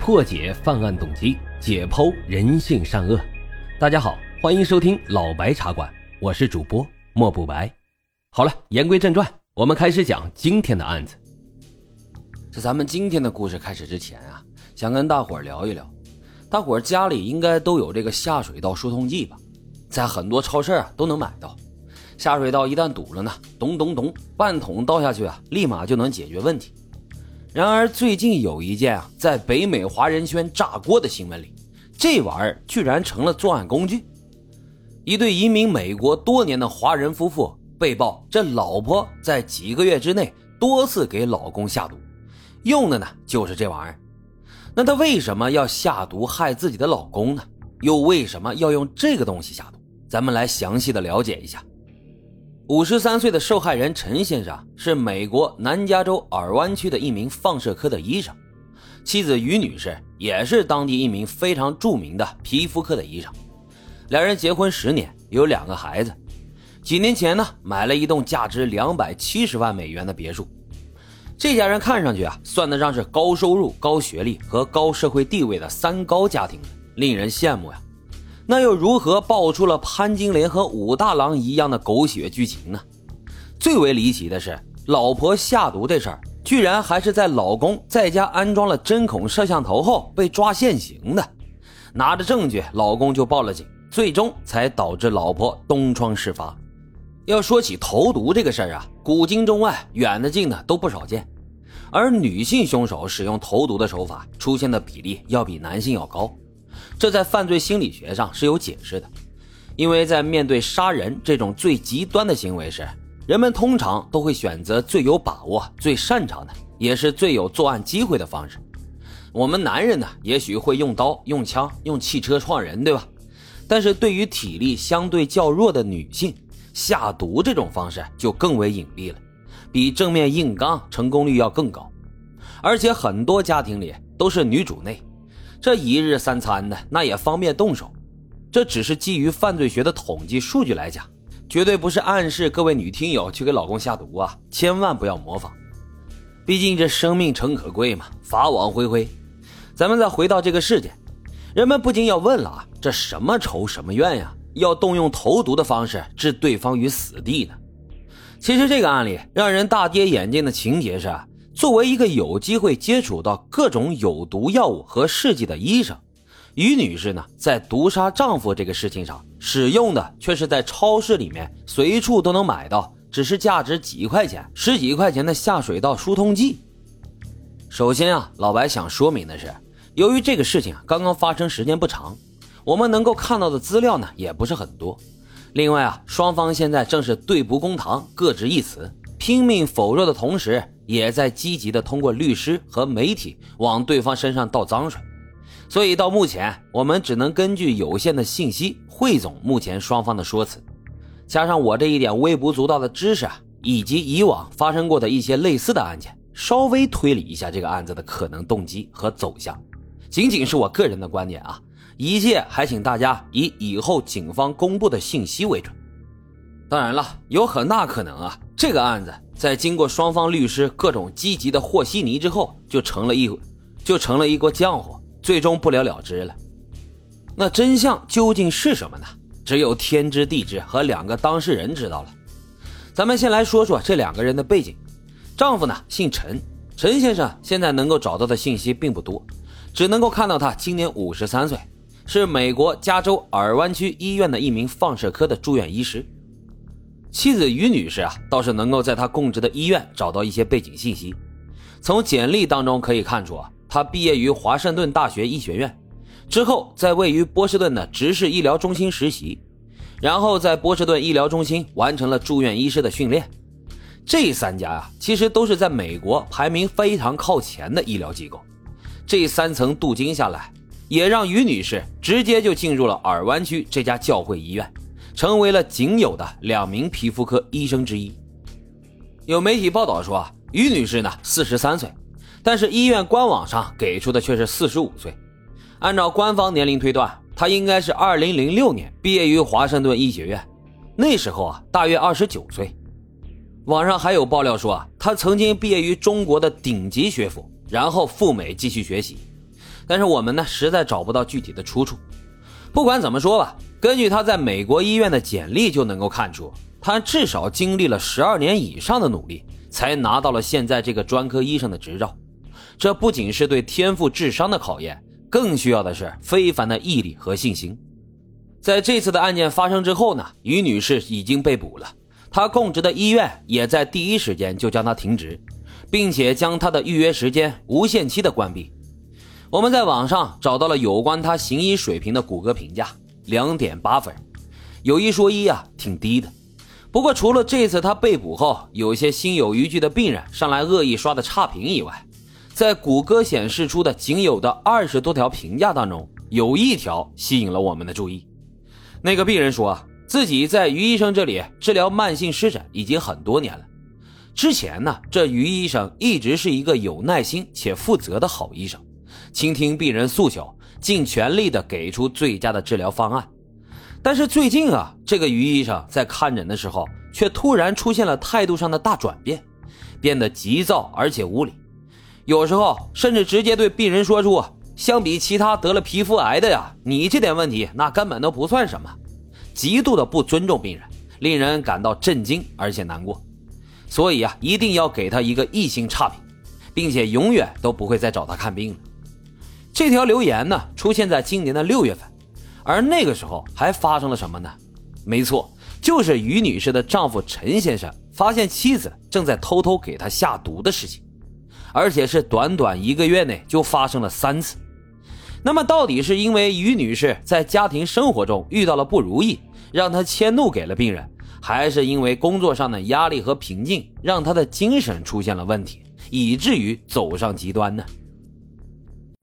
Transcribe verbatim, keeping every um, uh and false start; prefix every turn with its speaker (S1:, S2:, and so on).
S1: 破解犯案动机，解剖人性善恶。大家好，欢迎收听老白茶馆，我是主播莫不白。好了，言归正传，我们开始讲今天的案子。
S2: 在咱们今天的故事开始之前啊，想跟大伙儿聊一聊，大伙儿家里应该都有这个下水道疏通剂吧，在很多超市啊都能买到。下水道一旦堵了呢，咚咚咚，半桶倒下去啊，立马就能解决问题。然而最近有一件啊，在北美华人圈炸锅的新闻里，这玩意儿居然成了作案工具。一对移民美国多年的华人夫妇被曝，这老婆在几个月之内多次给老公下毒，用的呢就是这玩意儿。那她为什么要下毒害自己的老公呢？又为什么要用这个东西下毒？咱们来详细的了解一下。五十三岁的受害人陈先生是美国南加州尔湾区的一名放射科的医生，妻子于女士也是当地一名非常著名的皮肤科的医生。两人结婚十年，有两个孩子。几年前呢，买了一栋价值两百七十万美元的别墅。这家人看上去啊，算得上是高收入、高学历和高社会地位的三高家庭，令人羡慕呀。那又如何爆出了潘金莲和武大郎一样的狗血剧情呢？最为离奇的是，老婆下毒这事儿居然还是在老公在家安装了针孔摄像头后被抓现行的。拿着证据，老公就报了警，最终才导致老婆东窗事发。要说起投毒这个事儿啊，古今中外远的近的都不少见，而女性凶手使用投毒的手法出现的比例要比男性要高。这在犯罪心理学上是有解释的，因为在面对杀人这种最极端的行为时，人们通常都会选择最有把握、最擅长的，也是最有作案机会的方式。我们男人呢，也许会用刀、用枪、用汽车撞人，对吧？但是对于体力相对较弱的女性，下毒这种方式就更为隐蔽了，比正面硬刚成功率要更高。而且很多家庭里都是女主内，这一日三餐的，那也方便动手。这只是基于犯罪学的统计数据来讲，绝对不是暗示各位女听友去给老公下毒啊，千万不要模仿。毕竟这生命诚可贵嘛，法网恢恢。咱们再回到这个事件，人们不禁要问了啊，这什么仇什么怨呀？要动用投毒的方式置对方于死地呢？其实这个案例让人大跌眼镜的情节是，作为一个有机会接触到各种有毒药物和试剂的医生，于女士呢，在毒杀丈夫这个事情上使用的却是在超市里面随处都能买到，只是价值几块钱、十几块钱的下水道疏通剂。首先啊，老白想说明的是，由于这个事情刚刚发生时间不长，我们能够看到的资料呢也不是很多。另外啊，双方现在正是对簿公堂，各执一词，拼命否认的同时，也在积极的通过律师和媒体往对方身上倒脏水。所以到目前，我们只能根据有限的信息汇总目前双方的说辞，加上我这一点微不足道的知识啊，以及以往发生过的一些类似的案件，稍微推理一下这个案子的可能动机和走向。仅仅是我个人的观点啊，一切还请大家以以后警方公布的信息为准。当然了，有很大可能啊，这个案子在经过双方律师各种积极的和稀泥之后，就成了一就成了一锅浆糊，最终不了了之了。那真相究竟是什么呢？只有天知地知和两个当事人知道了。咱们先来说说这两个人的背景。丈夫呢姓陈，陈先生现在能够找到的信息并不多，只能够看到他今年五十三岁，是美国加州尔湾区医院的一名放射科的住院医师。妻子于女士啊，倒是能够在她供职的医院找到一些背景信息。从简历当中可以看出啊，她毕业于华盛顿大学医学院，之后在位于波士顿的直视医疗中心实习，然后在波士顿医疗中心完成了住院医师的训练。这三家啊，其实都是在美国排名非常靠前的医疗机构。这三层镀金下来，也让于女士直接就进入了尔湾区这家教会医院，成为了仅有的两名皮肤科医生之一。有媒体报道说啊，于女士呢四十三岁，但是医院官网上给出的却是四十五岁。按照官方年龄推断，她应该是二零零六年毕业于华盛顿医学院，那时候啊大约二十九岁。网上还有爆料说啊，她曾经毕业于中国的顶级学府，然后赴美继续学习。 但是我们呢实在找不到具体的出处。不管怎么说吧，根据他在美国医院的简历就能够看出，他至少经历了十二年以上的努力，才拿到了现在这个专科医生的执照。这不仅是对天赋智商的考验，更需要的是非凡的毅力和信心。在这次的案件发生之后呢，于女士已经被捕了，她供职的医院也在第一时间就将她停职，并且将她的预约时间无限期的关闭。我们在网上找到了有关她行医水平的谷歌评价 两点八 分，有一说一啊，挺低的。不过除了这次她被捕后有些心有余悸的病人上来恶意刷的差评以外，在谷歌显示出的仅有的二十多条评价当中，有一条吸引了我们的注意。那个病人说自己在于医生这里治疗慢性湿疹已经很多年了。之前呢，这于医生一直是一个有耐心且负责的好医生，倾听病人诉求，尽全力的给出最佳的治疗方案。但是最近啊，这个于医生在看诊的时候却突然出现了态度上的大转变，变得急躁而且无理，有时候甚至直接对病人说出，相比其他得了皮肤癌的呀，你这点问题那根本都不算什么，极度的不尊重病人，令人感到震惊而且难过。所以啊，一定要给他一个一星差评，并且永远都不会再找他看病了。这条留言呢，出现在今年的六月份，而那个时候还发生了什么呢？没错，就是于女士的丈夫陈先生发现妻子正在偷偷给他下毒的事情，而且是短短一个月内就发生了三次。那么到底是因为于女士在家庭生活中遇到了不如意，让她迁怒给了病人，还是因为工作上的压力和瓶颈让她的精神出现了问题，以至于走上极端呢？